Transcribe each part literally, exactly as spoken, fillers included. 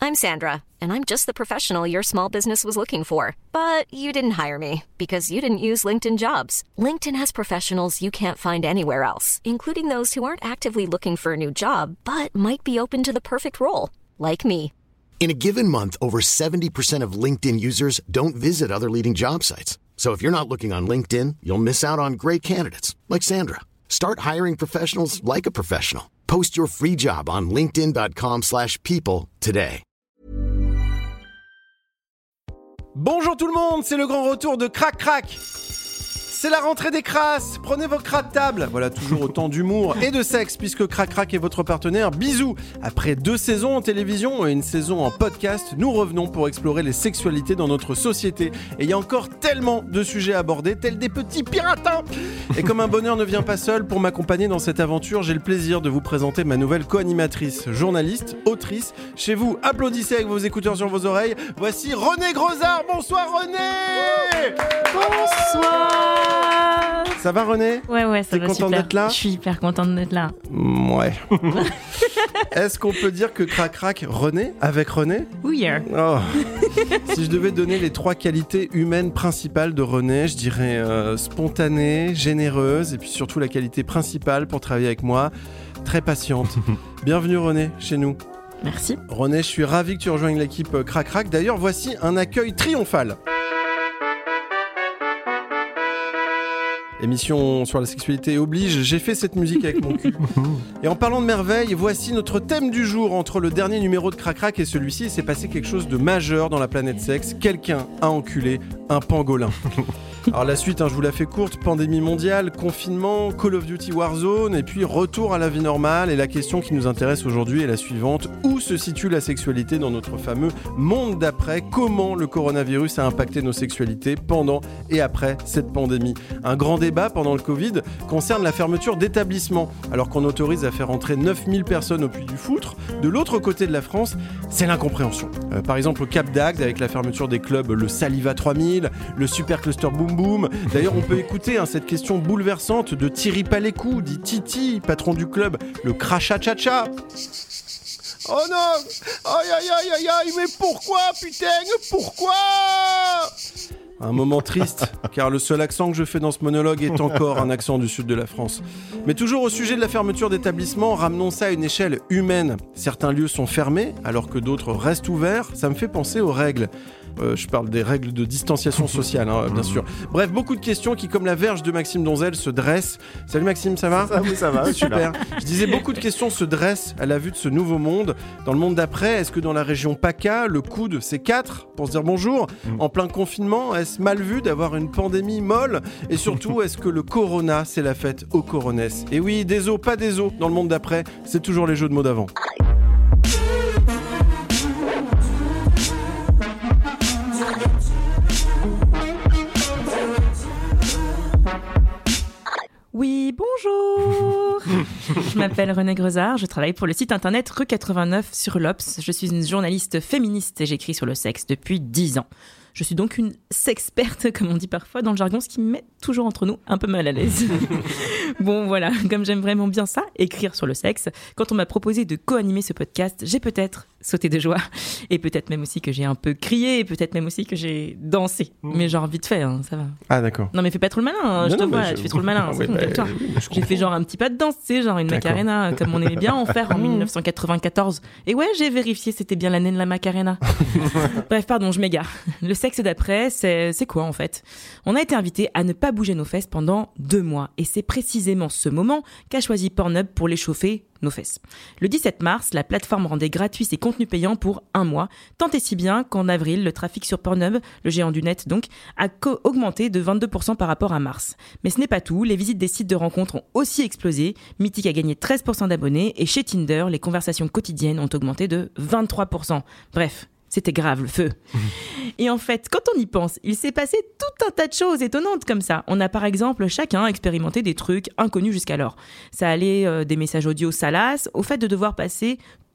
I'm Sandra, and I'm just the professional your small business was looking for. But you didn't hire me because you didn't use LinkedIn Jobs. LinkedIn has professionals you can't find anywhere else, including those who aren't actively looking for a new job, but might be open to the perfect role, like me. In a given month, over seventy percent of LinkedIn users don't visit other leading job sites. So if you're not looking on LinkedIn, you'll miss out on great candidates like Sandra. Start hiring professionals like a professional. Post your free job on linkedin.com slash people today. Bonjour tout le monde, c'est le grand retour de Crac Crac. C'est la rentrée des crasses, prenez vos cras de table. Voilà, toujours autant d'humour et de sexe puisque Crac Crac est votre partenaire. Bisous. Après deux saisons en télévision et une saison en podcast, nous revenons pour explorer les sexualités dans notre société. Et il y a encore tellement de sujets à aborder, tels des petits piratins. Et comme un bonheur ne vient pas seul, pour m'accompagner dans cette aventure, j'ai le plaisir de vous présenter ma nouvelle co-animatrice, journaliste, autrice. Chez vous, applaudissez avec vos écouteurs sur vos oreilles. Voici Renée Grosard. Bonsoir Renée. Bonsoir. Ça va Renée ? Ouais ouais, ça T'es va contente super. d'être là ? Je suis hyper contente d'être là. Ouais. Est-ce qu'on peut dire que Crac Crac Renée avec Renée ? Oui. Oh. Si je devais donner les trois qualités humaines principales de Renée, je dirais euh, spontanée, généreuse et puis surtout la qualité principale pour travailler avec moi, très patiente. Bienvenue Renée chez nous. Merci. Renée, je suis ravi que tu rejoignes l'équipe Crac Crac. D'ailleurs, voici un accueil triomphal. Émission sur la sexualité oblige, j'ai fait cette musique avec mon cul. Et en parlant de merveille, voici notre thème du jour. Entre le dernier numéro de Crac Crac et celui-ci, il s'est passé quelque chose de majeur dans la planète sexe. Quelqu'un a enculé un pangolin. Alors la suite, hein, je vous la fais courte, pandémie mondiale, confinement, Call of Duty Warzone, et puis retour à la vie normale. Et la question qui nous intéresse aujourd'hui est la suivante. Où se situe la sexualité dans notre fameux monde d'après ? Comment le coronavirus a impacté nos sexualités pendant et après cette pandémie ? Un grand débat pendant le Covid concerne la fermeture d'établissements. Alors qu'on autorise à faire entrer neuf mille personnes au Puy du Foutre, de l'autre côté de la France, c'est l'incompréhension. Euh, par exemple au Cap d'Agde, avec la fermeture des clubs le Saliva trois mille, le Super Cluster Boom Boom. D'ailleurs, on peut écouter hein, cette question bouleversante de Thierry Palécou, dit Titi, patron du club, le Crachat Cha-Cha. Oh non! Aïe aïe aïe aïe aïe, mais pourquoi, putain? Pourquoi? Un moment triste, car le seul accent que je fais dans ce monologue est encore un accent du sud de la France. Mais toujours au sujet de la fermeture d'établissements, ramenons ça à une échelle humaine. Certains lieux sont fermés, alors que d'autres restent ouverts. Ça me fait penser aux règles. Euh, je parle des règles de distanciation sociale, hein, bien sûr. Bref, beaucoup de questions qui, comme la verge de Maxime Donzel, se dressent. Salut Maxime, ça va ? Ça, oui, ça va, super. Je disais, beaucoup de questions se dressent à la vue de ce nouveau monde. Dans le monde d'après, est-ce que dans la région PACA, le coude, c'est quatre pour se dire bonjour ? mmh. En plein confinement, est-ce mal vu d'avoir une pandémie molle ? Et surtout, est-ce que le corona, c'est la fête au coronesse ? Et oui, des os, pas des os. Dans le monde d'après, c'est toujours les jeux de mots d'avant. Oui, bonjour. Je m'appelle Renée Grosard, je travaille pour le site internet Rue quatre-vingt-neuf sur l'Obs. Je suis une journaliste féministe et j'écris sur le sexe depuis dix ans. Je suis donc une sexperte, comme on dit parfois dans le jargon, ce qui me met toujours entre nous un peu mal à l'aise. Bon, voilà, comme j'aime vraiment bien ça, écrire sur le sexe, quand on m'a proposé de co-animer ce podcast, j'ai peut-être sauté de joie. Et peut-être même aussi que j'ai un peu crié, et peut-être même aussi que j'ai dansé. Mmh. Mais genre vite fait, hein, ça va. Ah, d'accord. Non, mais fais pas trop le malin, hein, je te vois, je... tu fais trop le malin. Oui, bah, toi. Oui, j'ai fait genre un petit pas de danse, tu sais, genre une d'accord. Macarena, comme on aimait bien en faire en dix-neuf cent quatre-vingt-quatorze. Et ouais, j'ai vérifié, c'était bien l'année de la Macarena. Bref, pardon, je m'égare. Le sexe d'après, c'est, c'est quoi en fait ? On a été invités à ne pas bouger nos fesses pendant deux mois. Et c'est précisément ce moment qu'a choisi Pornhub pour les chauffer nos fesses. Le dix-sept mars, la plateforme rendait gratuit ses contenus payants pour un mois, tant et si bien qu'en avril, le trafic sur Pornhub, le géant du net donc, a co- augmenté de vingt-deux pour cent par rapport à mars. Mais ce n'est pas tout, les visites des sites de rencontres ont aussi explosé, Mythic a gagné treize pour cent d'abonnés et chez Tinder, les conversations quotidiennes ont augmenté de vingt-trois pour cent. Bref, c'était grave, le feu. Mmh. Et en fait, quand on y pense, il s'est passé tout un tas de choses étonnantes comme ça. On a par exemple chacun expérimenté des trucs inconnus jusqu'alors. Ça allait euh, des messages audio salaces au fait de devoir passer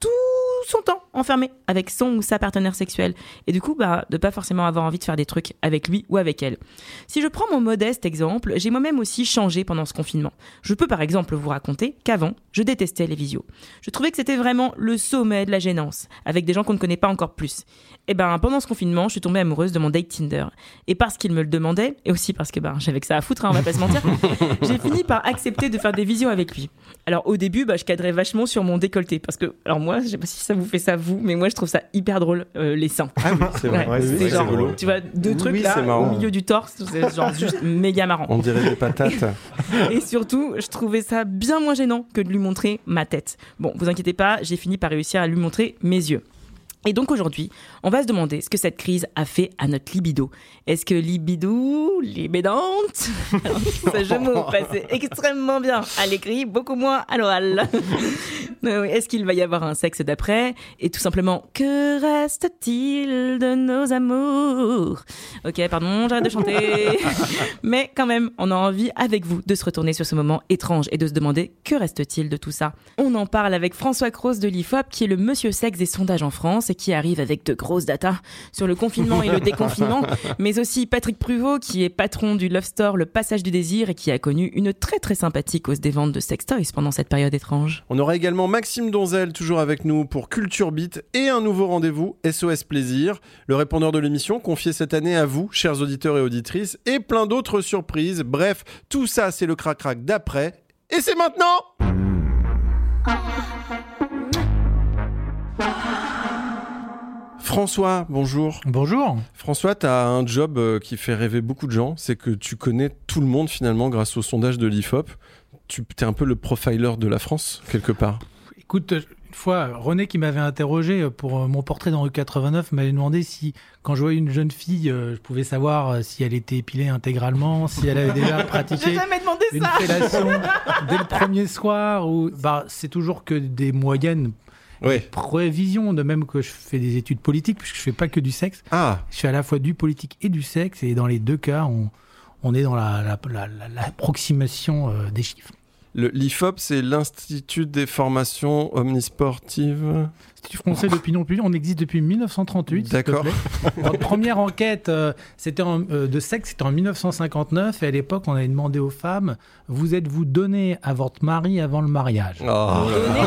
tout son temps enfermé avec son ou sa partenaire sexuelle et du coup bah, de pas forcément avoir envie de faire des trucs avec lui ou avec elle. Si je prends mon modeste exemple, j'ai moi-même aussi changé pendant ce confinement. Je peux par exemple vous raconter qu'avant, je détestais les visios. Je trouvais que c'était vraiment le sommet de la gênance, avec des gens qu'on ne connaît pas encore plus. Et ben pendant ce confinement, je suis tombée amoureuse de mon date Tinder. Et parce qu'il me le demandait, et aussi parce que ben, j'avais que ça à foutre, hein, on va pas se mentir, j'ai fini par accepter de faire des visios avec lui. Alors au début, bah, je cadrais vachement sur mon décolleté, parce que, alors moi, je sais pas si ça vous fait ça vous, mais moi je trouve ça hyper drôle, euh, les seins. Ah oui, c'est vrai. Ouais, Ouais, c'est oui, genre, rigolo. tu vois, deux trucs Oui, là, c'est marrant. au milieu du torse, c'est genre juste méga marrant. On dirait des patates. Et surtout, je trouvais ça bien moins gênant que de lui montrer ma tête. Bon, vous inquiétez pas, j'ai fini par réussir à lui montrer mes yeux. Et donc aujourd'hui, on va se demander ce que cette crise a fait à notre libido. Est-ce que libido, libédante, ce jeu de mots passait extrêmement bien à l'écrit, beaucoup moins à l'oral. Est-ce qu'il va y avoir un sexe d'après? Et tout simplement, que reste-t-il de nos amours? Ok, pardon, j'arrête de chanter. Mais quand même, on a envie avec vous de se retourner sur ce moment étrange et de se demander que reste-t-il de tout ça. On en parle avec François Cros de l'I F O P, qui est le monsieur sexe des sondages en France et qui arrive avec de grosses datas sur le confinement et le déconfinement, mais aussi Patrick Pruvot, qui est patron du Love Store Le Passage du Désir et qui a connu une très très sympathique hausse des ventes de sextoys pendant cette période étrange. On aura également Maxime Donzel, toujours avec nous pour Culture Beat et un nouveau rendez-vous, S O S Plaisir, le répondeur de l'émission confié cette année à vous, chers auditeurs et auditrices, et plein d'autres surprises. Bref, tout ça, c'est le crac-crac d'après. Et c'est maintenant! François, bonjour. Bonjour. François, tu as un job euh, qui fait rêver beaucoup de gens, c'est que tu connais tout le monde finalement grâce au sondage de l'I F O P. Tu es un peu le profiler de la France, quelque part. Écoute, une fois, René qui m'avait interrogé pour mon portrait dans rue quatre-vingt-neuf m'avait demandé si, quand je voyais une jeune fille, je pouvais savoir si elle était épilée intégralement, si elle avait déjà pratiqué J'ai jamais demandé une ça. fellation dès le premier soir. Ou, bah, c'est toujours que des moyennes Oui. prévisions, de même que je fais des études politiques, puisque je fais pas que du sexe. Ah, Je fais à la fois du politique et du sexe, et dans les deux cas, on, on est dans la, la, la, la, l'approximation euh, des chiffres. le, l'I F O P, c'est l'Institut des formations omnisportives. Institut français d'opinion publique, on existe depuis dix-neuf cent trente-huit. D'accord. Notre première enquête euh, c'était en, euh, de sexe, c'était en dix-neuf cent cinquante-neuf, et à l'époque, on avait demandé aux femmes, vous êtes-vous donné à votre mari avant le mariage? Oh. Donner,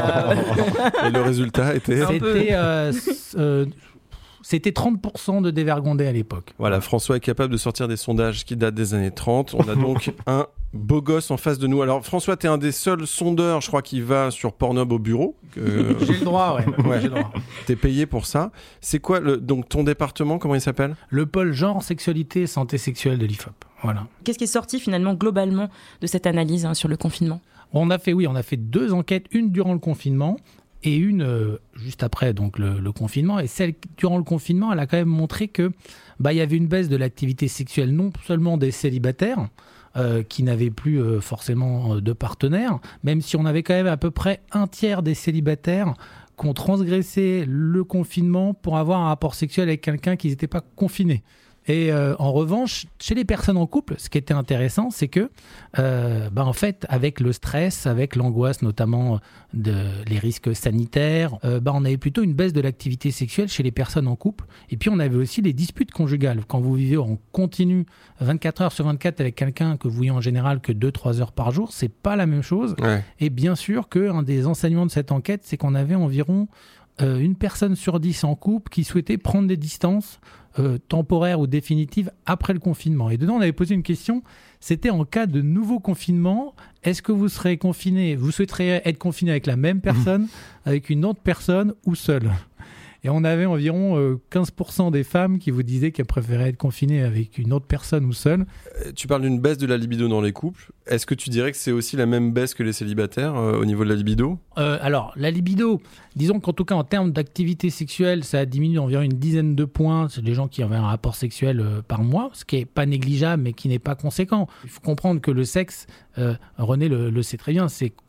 c'est, euh, Et le résultat était... Un peu. C'était, euh, s- euh, c'était trente pour cent de dévergondés à l'époque. Voilà, François est capable de sortir des sondages qui datent des années trente. On a donc un beau gosse en face de nous. Alors François, t'es un des seuls sondeurs, je crois, qui va sur Pornhub au bureau. Euh, J'ai le droit, ouais. Ouais. J'ai le droit. T'es payé pour ça. C'est quoi, le, donc ton département, comment il s'appelle? Le pôle genre, sexualité et santé sexuelle de l'I F O P. Voilà. Qu'est-ce qui est sorti finalement globalement de cette analyse hein, sur le confinement? On a fait, oui, on a fait deux enquêtes, une durant le confinement et une euh, juste après donc le, le confinement. Et celle durant le confinement, elle a quand même montré que bah il y avait une baisse de l'activité sexuelle, non seulement des célibataires euh, qui n'avaient plus euh, forcément euh, de partenaires, même si on avait quand même à peu près un tiers des célibataires qui ont transgressé le confinement pour avoir un rapport sexuel avec quelqu'un qui n'était pas confiné. Et euh, en revanche, chez les personnes en couple, ce qui était intéressant, c'est que, euh, bah, en fait, avec le stress, avec l'angoisse notamment de les risques sanitaires, euh, bah, on avait plutôt une baisse de l'activité sexuelle chez les personnes en couple. Et puis, on avait aussi les disputes conjugales. Quand vous vivez en continu vingt-quatre heures sur vingt-quatre avec quelqu'un que vous voyez en général que deux à trois heures par jour, c'est pas la même chose. Ouais. Et bien sûr qu'un des enseignements de cette enquête, c'est qu'on avait environ euh, une personne sur dix en couple qui souhaitait prendre des distances euh, temporaires ou définitives après le confinement. Et dedans, on avait posé une question, c'était en cas de nouveau confinement, est-ce que vous serez confiné, vous souhaiteriez être confiné avec la même personne, avec une autre personne ou seul ? Et on avait environ euh, quinze pour cent des femmes qui vous disaient qu'elles préféraient être confinées avec une autre personne ou seule. Euh, Tu parles d'une baisse de la libido dans les couples. Est-ce que tu dirais que c'est aussi la même baisse que les célibataires euh, au niveau de la libido? Euh, alors, la libido, disons qu'en tout cas, en termes d'activité sexuelle, ça a diminué d'environ une dizaine de points. C'est des gens qui avaient un rapport sexuel euh, par mois, ce qui n'est pas négligeable, mais qui n'est pas conséquent. Il faut comprendre que le sexe, euh, René le, le sait très bien, c'est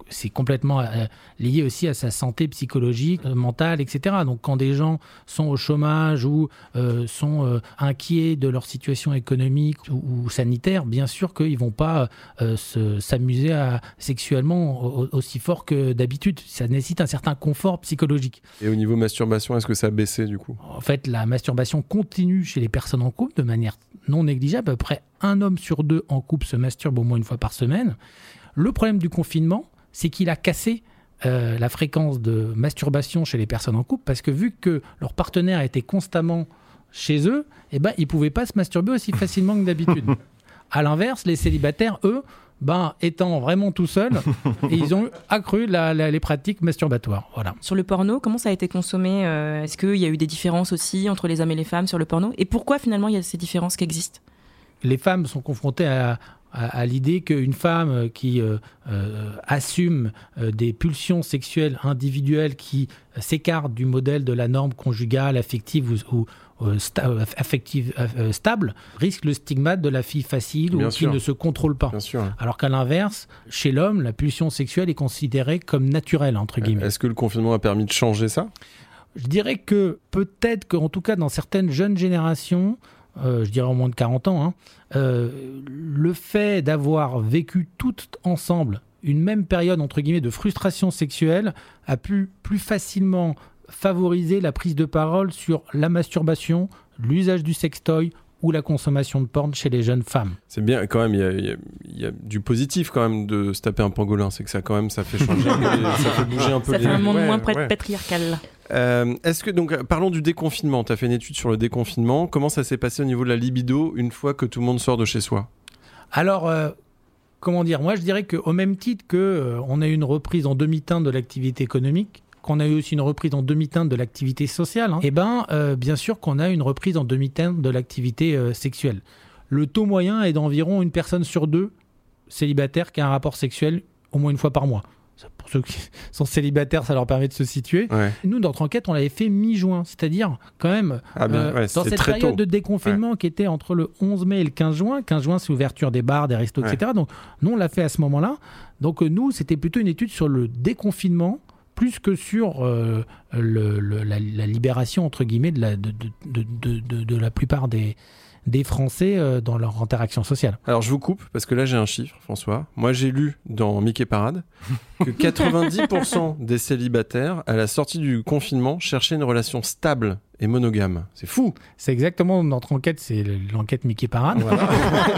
c'est complètement euh, lié aussi à sa santé psychologique, euh, mentale, et cetera. Donc quand des gens sont au chômage ou euh, sont euh, inquiets de leur situation économique ou, ou sanitaire, bien sûr qu'ils vont pas euh, se, s'amuser à, sexuellement au, aussi fort que d'habitude. Ça nécessite un certain confort psychologique. Et au niveau masturbation, est-ce que ça a baissé du coup ? En fait, la masturbation continue chez les personnes en couple de manière non négligeable. À peu près un homme sur deux en couple se masturbe au moins une fois par semaine. Le problème du confinement, c'est qu'il a cassé euh, la fréquence de masturbation chez les personnes en couple parce que vu que leur partenaire était constamment chez eux, eh ben, ils ne pouvaient pas se masturber aussi facilement que d'habitude. À l'inverse, les célibataires, eux, ben, étant vraiment tout seuls, et ils ont accru la, la, les pratiques masturbatoires. Voilà. Sur le porno, comment ça a été consommé ? euh, Est-ce qu'il y a eu des différences aussi entre les hommes et les femmes sur le porno ? Et pourquoi finalement il y a ces différences qui existent ? Les femmes sont confrontées à, à, à l'idée qu'une femme qui euh, euh, assume euh, des pulsions sexuelles individuelles qui euh, s'écartent du modèle de la norme conjugale, affective ou, ou euh, sta- affective euh, stable, risque le stigmate de la fille facile Bien ou sûr. qui ne se contrôle pas. Bien sûr. Alors qu'à l'inverse, chez l'homme, la pulsion sexuelle est considérée comme naturelle, entre guillemets. Est-ce que le confinement a permis de changer ça ? Je dirais que peut-être qu'en tout cas dans certaines jeunes générations, euh, je dirais en moins de quarante ans, hein, euh, le fait d'avoir vécu toutes ensemble une même période entre guillemets de frustration sexuelle a pu plus facilement favoriser la prise de parole sur la masturbation, l'usage du sextoy ou la consommation de porn chez les jeunes femmes. C'est bien quand même, il y a, il y a, il y a du positif quand même de se taper un pangolin, c'est que ça quand même ça fait changer, un peu les- ça fait bouger un peu. Ça les... fait un monde ouais, moins pré- ouais. patriarcal. Euh, est-ce que donc parlons du déconfinement. Tu as fait une étude sur le déconfinement. Comment ça s'est passé au niveau de la libido une fois que tout le monde sort de chez soi ? Alors, euh, comment dire ? Moi, je dirais qu'au même titre qu'on euh, a eu une reprise en demi-teinte de l'activité économique, qu'on a eu aussi une reprise en demi-teinte de l'activité sociale, hein, et ben, euh, bien sûr qu'on a une reprise en demi-teinte de l'activité euh, sexuelle. Le taux moyen est d'environ une personne sur deux célibataire qui a un rapport sexuel au moins une fois par mois. Pour ceux qui sont célibataires, ça leur permet de se situer. Ouais. Nous, notre enquête, on l'avait fait mi-juin, c'est-à-dire quand même Ah bien, euh, ouais, dans c'était cette très période tôt. de déconfinement qui était entre le onze mai et le quinze juin. quinze juin, c'est ouverture des bars, des restos, Ouais. et cetera. Donc, nous, on l'a fait à ce moment-là. Donc, euh, nous, c'était plutôt une étude sur le déconfinement plus que sur euh, le, le, la, la libération, entre guillemets, de la, de, de, de, de, de, de la plupart des, des Français euh, dans leur interaction sociale. Alors je vous coupe parce que là j'ai un chiffre, François. Moi j'ai lu dans Mickey Parade que quatre-vingt-dix pour cent des célibataires à la sortie du confinement cherchaient une relation stable et monogame. C'est fou. C'est exactement notre enquête, c'est l'enquête Mickey Parade. Voilà.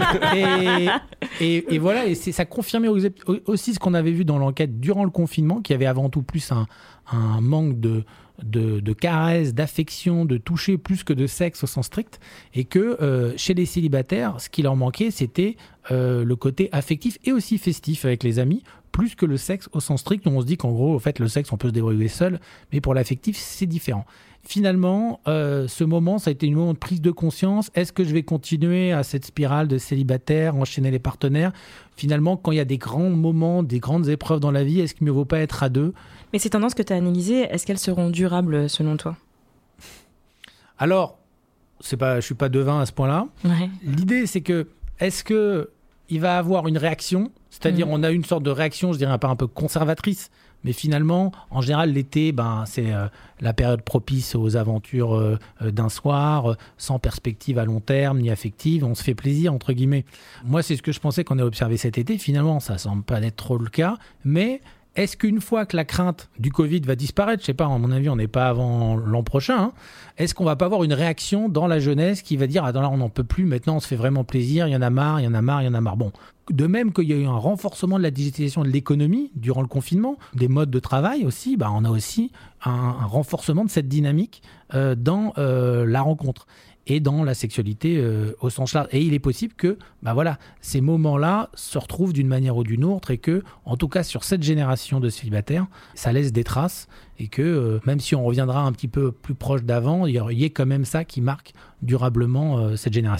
et, et, et voilà, et c'est, ça confirmait aussi ce qu'on avait vu dans l'enquête durant le confinement, qui avait avant tout plus un, un manque de, de, de caresses, d'affection, de toucher plus que de sexe au sens strict, et que euh, chez les célibataires, ce qui leur manquait, c'était euh, le côté affectif et aussi festif avec les amis, plus que le sexe au sens strict, où on se dit qu'en gros, en fait, le sexe, on peut se débrouiller seul, mais pour l'affectif, c'est différent. Finalement, euh, ce moment, ça a été un moment de prise de conscience. Est-ce que je vais continuer à cette spirale de célibataire, enchaîner les partenaires ? Finalement, quand il y a des grands moments, des grandes épreuves dans la vie, est-ce qu'il ne mieux vaut pas être à deux ? Mais ces tendances que tu as analysées, est-ce qu'elles seront durables selon toi ? Alors, c'est pas, je ne suis pas devin à ce point-là. Ouais. L'idée, c'est que, est-ce qu'il va avoir une réaction ? C'est-à-dire, mmh. on a une sorte de réaction, je dirais, pas un peu conservatrice. Mais finalement, en général, l'été, ben, c'est euh, la période propice aux aventures euh, d'un soir, euh, sans perspective à long terme, ni affective. On se fait plaisir, entre guillemets. Moi, c'est ce que je pensais qu'on a observé cet été. Finalement, ça semble pas être trop le cas. Mais est-ce qu'une fois que la crainte du Covid va disparaître, je sais pas, à mon avis, on n'est pas avant l'an prochain, hein, est-ce qu'on va pas avoir une réaction dans la jeunesse qui va dire « Attends, là, on n'en peut plus, maintenant, on se fait vraiment plaisir, il y en a marre, il y en a marre, il y en a marre. » Bon. De même qu'il y a eu un renforcement de la digitalisation de l'économie durant le confinement, des modes de travail aussi, bah on a aussi un, un renforcement de cette dynamique euh, dans euh, la rencontre et dans la sexualité euh, au sens large. Et il est possible que bah voilà, ces moments-là se retrouvent d'une manière ou d'une autre et que, en tout cas sur cette génération de célibataires, ça laisse des traces et que euh, même si on reviendra un petit peu plus proche d'avant, il y ait quand même ça qui marque durablement euh, cette génération.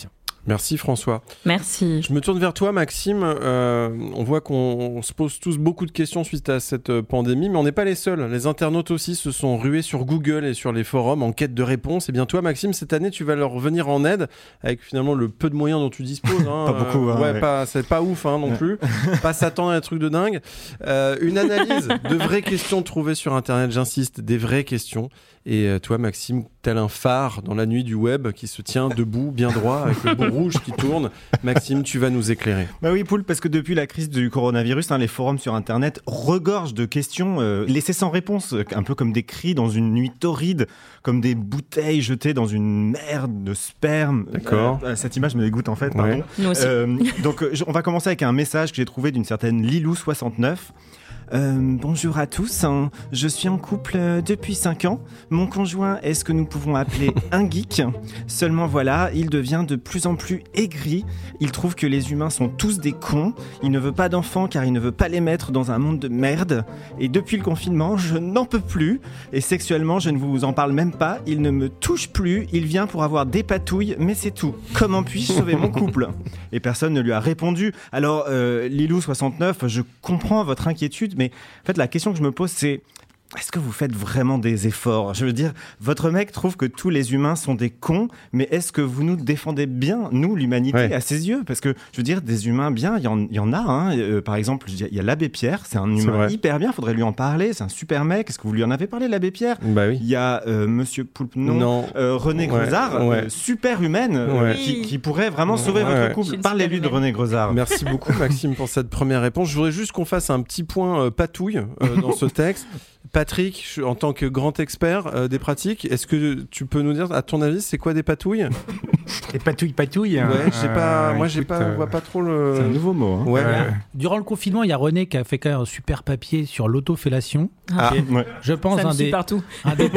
Merci François. Merci. Je me tourne vers toi Maxime. Euh, on voit qu'on se pose tous beaucoup de questions suite à cette pandémie, mais on n'est pas les seuls. Les internautes aussi se sont rués sur Google et sur les forums en quête de réponses. Et bien toi Maxime, cette année tu vas leur venir en aide avec finalement le peu de moyens dont tu disposes. Hein. Pas beaucoup. Hein, ouais, ouais. Pas, c'est pas ouf hein, non plus. Pas s'attendre à un truc de dingue. Euh, une analyse de vraies questions trouvées sur Internet, j'insiste, des vraies questions. Et toi Maxime, tel un phare dans la nuit du web qui se tient debout, bien droit, avec le bout rouge qui tourne. Maxime, tu vas nous éclairer. Bah oui, Poul, parce que depuis la crise du coronavirus, hein, les forums sur Internet regorgent de questions euh, laissées sans réponse, un peu comme des cris dans une nuit torride, comme des bouteilles jetées dans une mer de sperme. D'accord. Euh, cette image me dégoûte en fait, pardon. Ouais. Nous aussi. Euh, donc, euh, on va commencer avec un message que j'ai trouvé d'une certaine Lilou soixante-neuf. Euh, bonjour à tous, hein. Je suis en couple euh, depuis cinq ans. Mon conjoint est ce que nous pouvons appeler un geek. Seulement voilà, il devient de plus en plus aigri. Il trouve que les humains sont tous des cons. Il ne veut pas d'enfants car il ne veut pas les mettre dans un monde de merde. Et depuis le confinement, je n'en peux plus. Et sexuellement, je ne vous en parle même pas. Il ne me touche plus. Il vient pour avoir des patouilles, mais c'est tout. Comment puis-je sauver mon couple ? Et personne ne lui a répondu. Alors, euh, Lilou soixante-neuf, je comprends votre inquiétude, mais en fait, la question que je me pose, c'est est-ce que vous faites vraiment des efforts ? Je veux dire, votre mec trouve que tous les humains sont des cons, mais est-ce que vous nous défendez bien, nous, l'humanité, ouais. à ses yeux ? Parce que, je veux dire, des humains bien, il y, en, y en a. Hein. Euh, par exemple, il y, y a l'abbé Pierre, c'est un humain c'est hyper bien, il faudrait lui en parler, c'est un super mec. Est-ce que vous lui en avez parlé, l'abbé Pierre ? Bah oui. Il y a euh, Monsieur Poulpe, non, Non. Euh, René Ouais, Grezard, ouais. euh, super humaine, euh, Ouais. qui, qui pourrait vraiment sauver Ouais, votre ouais. Je couple. suis une Parlez-lui de super René Grezard. Merci beaucoup Maxime pour cette première réponse. Je voudrais juste qu'on fasse un petit point euh, patouille euh, dans ce texte. Patrick, je- en tant que grand expert euh, des pratiques, est-ce que tu peux nous dire, à ton avis, c'est quoi des patouilles ? Des patouilles, patouilles. Ouais, j'ai pas, moi j'ai écoute, pas, euh, vois pas trop le. C'est un nouveau mot. Hein. Ouais. Ouais. Durant le confinement, il y a René qui a fait quand même un super papier sur l'autofellation. Ah. Ouais. Je pense Ça me un suit des, partout. un des,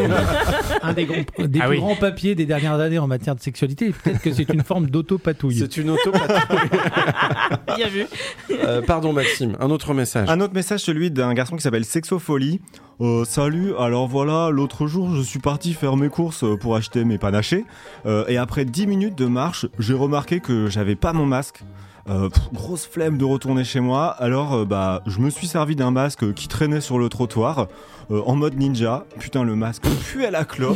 un des, gros- des Ah plus oui. grands papiers des dernières années en matière de sexualité. Et peut-être que c'est une forme d'autopatouille. C'est une auto patouille. Bien vu. Euh, pardon Maxime, un autre message. Un autre message, celui d'un garçon qui s'appelle Sexofolie. Euh, salut, alors voilà, l'autre jour je suis parti faire mes courses pour acheter mes panachés euh, et après dix minutes de marche, j'ai remarqué que j'avais pas mon masque. Euh, pff, grosse flemme de retourner chez moi, alors euh, bah je me suis servi d'un masque qui traînait sur le trottoir euh, en mode ninja. Putain, le masque pue à la clope.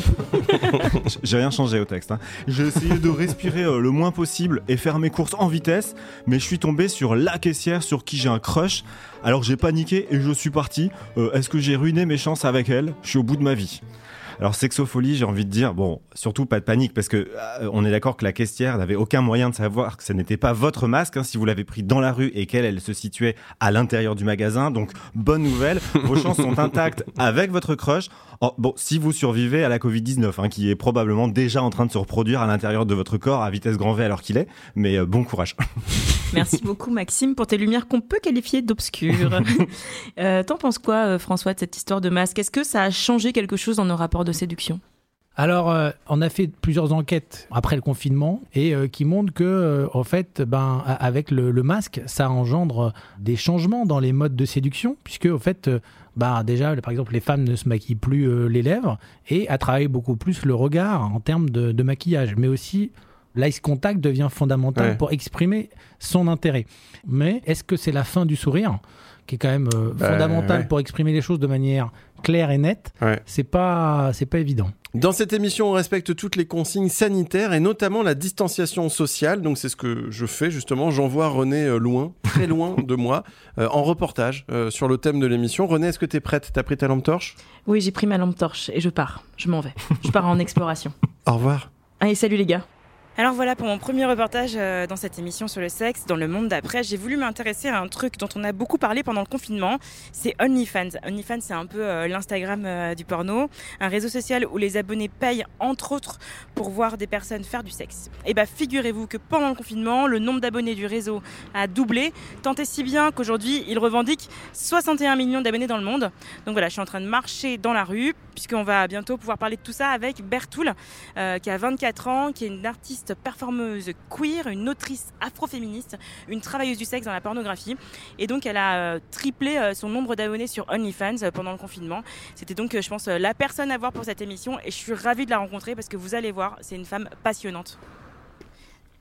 J'ai rien changé au texte. Hein. J'ai essayé de respirer euh, le moins possible et faire mes courses en vitesse, mais je suis tombé sur la caissière sur qui j'ai un crush. Alors j'ai paniqué et je suis parti. Euh, est-ce que j'ai ruiné mes chances avec elle ? Je suis au bout de ma vie. Alors Sexofolie, j'ai envie de dire, bon, surtout pas de panique, parce que euh, on est d'accord que la caissière n'avait aucun moyen de savoir que ce n'était pas votre masque, hein, si vous l'avez pris dans la rue et qu'elle, elle se situait à l'intérieur du magasin. Donc, bonne nouvelle, vos chances sont intactes avec votre crush. Oh, bon, si vous survivez à la covid dix-neuf, hein, qui est probablement déjà en train de se reproduire à l'intérieur de votre corps à vitesse grand V alors qu'il est, mais euh, bon courage. Merci beaucoup Maxime pour tes lumières qu'on peut qualifier d'obscures. euh, T'en penses quoi euh, François de cette histoire de masque ? Est-ce que ça a changé quelque chose dans nos rapports de séduction ? Alors, euh, on a fait plusieurs enquêtes après le confinement et euh, qui montrent que, euh, en fait, ben, a- avec le, le masque, ça engendre des changements dans les modes de séduction, puisque, en fait, euh, bah, déjà, par exemple, les femmes ne se maquillent plus euh, les lèvres et à travailler beaucoup plus le regard en termes de, de maquillage, mais aussi l'eye contact devient fondamental Ouais. pour exprimer son intérêt. Mais est-ce que c'est la fin du sourire, qui est quand même euh, Bah, fondamental ouais. pour exprimer les choses de manière claire et nette ? Ouais. C'est pas, c'est pas évident. Dans cette émission, on respecte toutes les consignes sanitaires et notamment la distanciation sociale. Donc c'est ce que je fais justement. J'envoie René euh, loin, très loin de moi, euh, en reportage euh, sur le thème de l'émission. René, est-ce que t'es prête ? T'as pris ta lampe torche ? Oui, j'ai pris ma lampe torche et je pars. Je m'en vais. Je pars en exploration. Au revoir. Allez, salut les gars. Alors voilà, pour mon premier reportage euh, dans cette émission sur le sexe, dans le monde d'après, j'ai voulu m'intéresser à un truc dont on a beaucoup parlé pendant le confinement, c'est OnlyFans. OnlyFans, c'est un peu euh, l'Instagram euh, du porno, un réseau social où les abonnés payent, entre autres, pour voir des personnes faire du sexe. Et bah figurez-vous que pendant le confinement, le nombre d'abonnés du réseau a doublé, tant et si bien qu'aujourd'hui, il revendique soixante et un millions d'abonnés dans le monde. Donc voilà, je suis en train de marcher dans la rue, puisqu'on va bientôt pouvoir parler de tout ça avec Bertoul, euh, qui a vingt-quatre ans, qui est une artiste performeuse queer, une autrice afroféministe, une travailleuse du sexe dans la pornographie. Et donc, elle a euh, triplé euh, son nombre d'abonnés sur OnlyFans euh, pendant le confinement. C'était donc, euh, je pense, euh, la personne à voir pour cette émission. Et je suis ravie de la rencontrer parce que vous allez voir, c'est une femme passionnante.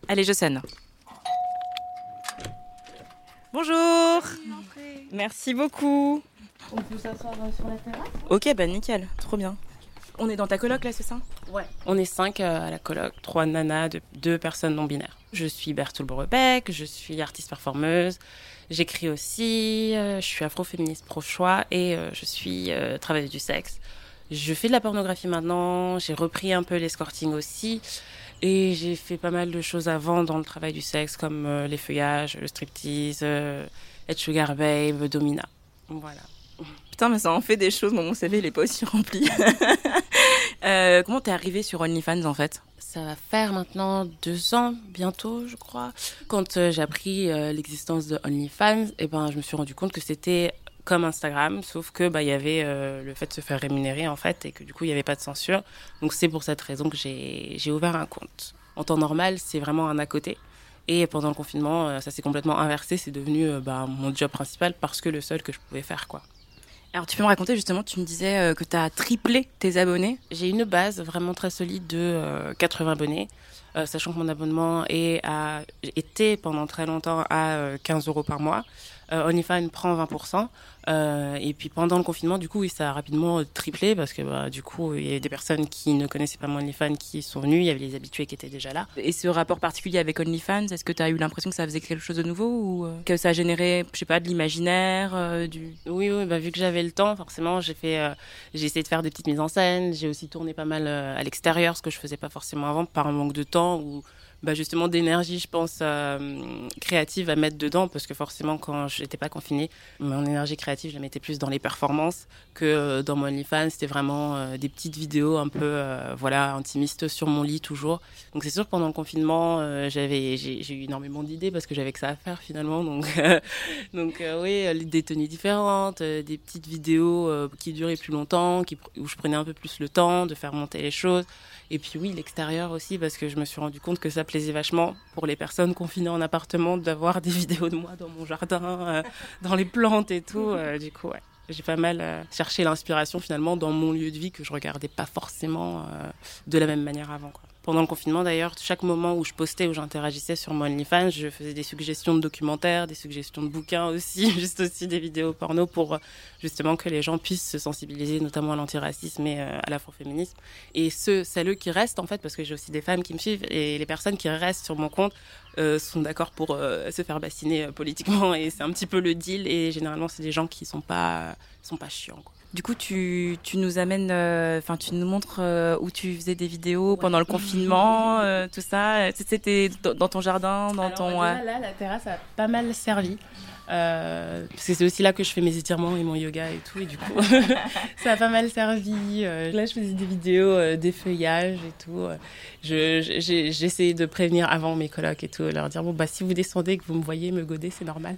Allez, je sonne. Bonjour. Merci beaucoup. On peut s'asseoir sur la terrasse ? Ok, bah nickel, trop bien. On est dans ta coloc là, c'est ça ? Ouais. On est cinq à la coloc, trois nanas, deux, deux personnes non binaires. Je suis Bertoul Borebec, je suis artiste performeuse, j'écris aussi, euh, je suis afroféministe pro-choix et euh, je suis euh, travailleuse du sexe. Je fais de la pornographie maintenant, j'ai repris un peu l'escorting aussi et j'ai fait pas mal de choses avant dans le travail du sexe comme euh, les feuillages, le striptease, euh, être sugar babe, domina. Voilà. Putain, mais ça en fait des choses, bon, mon C V il est pas aussi rempli. euh, comment t'es arrivée sur OnlyFans en fait ? Ça va faire maintenant deux ans, bientôt, je crois. Quand euh, j'ai appris euh, l'existence de OnlyFans, eh ben, je me suis rendu compte que c'était comme Instagram, sauf que bah, y avait euh, le fait de se faire rémunérer en fait, et que du coup il n'y avait pas de censure. Donc c'est pour cette raison que j'ai, j'ai ouvert un compte. En temps normal, c'est vraiment un à côté. Et pendant le confinement, euh, ça s'est complètement inversé. C'est devenu euh, bah, mon job principal parce que le seul que je pouvais faire, quoi. Alors tu peux me raconter justement, tu me disais euh, que tu as triplé tes abonnés. J'ai une base vraiment très solide de euh, quatre-vingts abonnés, euh, sachant que mon abonnement est à, était pendant très longtemps à euh, quinze euros par mois. Euh, OnlyFans prend vingt pour cent. Euh, et puis pendant le confinement, du coup, oui, ça a rapidement triplé parce que bah, du coup, il y a des personnes qui ne connaissaient pas mon OnlyFans qui sont venues, il y avait les habitués qui étaient déjà là. Et ce rapport particulier avec OnlyFans, est-ce que tu as eu l'impression que ça faisait quelque chose de nouveau ou euh, que ça a généré, je sais pas, de l'imaginaire euh, du... Oui, oui, bah, vu que j'avais le temps, forcément, j'ai fait, euh, j'ai essayé de faire des petites mises en scène. J'ai aussi tourné pas mal euh, à l'extérieur, ce que je faisais pas forcément avant par un manque de temps ou bah justement d'énergie, je pense, euh, créative à mettre dedans, parce que forcément, quand j'étais pas confinée, mon énergie créative, je la mettais plus dans les performances que euh, dans mon OnlyFans. C'était vraiment euh, des petites vidéos un peu, euh, voilà, intimistes sur mon lit toujours. Donc c'est sûr que pendant le confinement, euh, j'avais, j'ai, j'ai eu énormément d'idées parce que j'avais que ça à faire finalement. Donc, euh, donc euh, oui, des tenues différentes, euh, des petites vidéos euh, qui duraient plus longtemps, qui, où je prenais un peu plus le temps de faire monter les choses. Et puis oui, l'extérieur aussi, parce que je me suis rendu compte que ça plaisait vachement pour les personnes confinées en appartement d'avoir des vidéos de moi dans mon jardin, euh, dans les plantes et tout. Euh, du coup, ouais, j'ai pas mal euh, cherché l'inspiration finalement dans mon lieu de vie que je regardais pas forcément euh, de la même manière avant, quoi. Pendant le confinement d'ailleurs, chaque moment où je postais, où j'interagissais sur mon OnlyFans, je faisais des suggestions de documentaires, des suggestions de bouquins aussi, juste aussi des vidéos porno pour justement que les gens puissent se sensibiliser notamment à l'antiracisme et à l'afroféminisme. Et ceux, celles qui restent en fait, parce que j'ai aussi des femmes qui me suivent, et les personnes qui restent sur mon compte euh, sont d'accord pour euh, se faire bassiner euh, politiquement, et c'est un petit peu le deal, et généralement c'est des gens qui sont pas, sont pas chiants, quoi. Du coup, tu, tu nous amènes, enfin, euh, tu nous montres euh, où tu faisais des vidéos ouais. pendant le confinement, euh, tout ça. C'était dans ton jardin, dans Alors, ton. Là, là, la terrasse a pas mal servi. Euh, parce que c'est aussi là que je fais mes étirements et mon yoga et tout, et du coup, ça a pas mal servi. Euh, là, je faisais des vidéos, euh, des feuillages et tout. Je, j'ai, j'essayais de prévenir avant mes colocs et tout, leur dire bon bah si vous descendez et que vous me voyez me goder, c'est normal.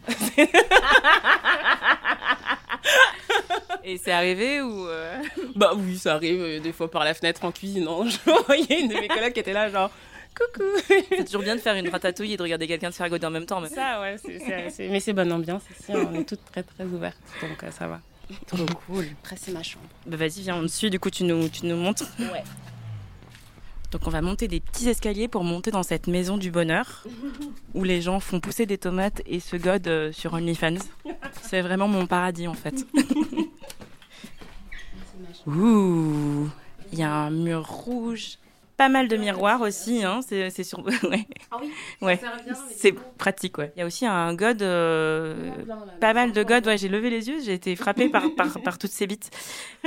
Et c'est arrivé ou euh... Bah oui, ça arrive euh, des fois par la fenêtre en cuisinant. Je voyais une de mes colocs qui était là, genre coucou. C'est toujours bien de faire une ratatouille et de regarder quelqu'un se faire goder en même temps. Mais... Ça, ouais, c'est, c'est, c'est... mais c'est bonne ambiance ici. On est toutes très très ouvertes, donc euh, ça va. Trop cool. Après, c'est ma chambre. Bah vas-y, viens en dessus. Du coup, tu nous, tu nous montres. Ouais. Donc on va monter des petits escaliers pour monter dans cette maison du bonheur où les gens font pousser des tomates et se godent sur OnlyFans. C'est vraiment mon paradis en fait. Ouh, il y a un mur rouge, pas mal de miroirs aussi, hein. C'est, c'est sur, ouais. Ah oui. Ouais. Bien, c'est pratique, ouais. Il y a aussi un god, euh... pas mal de gods. Ouais, j'ai levé les yeux, j'ai été frappée par par par toutes ces bites.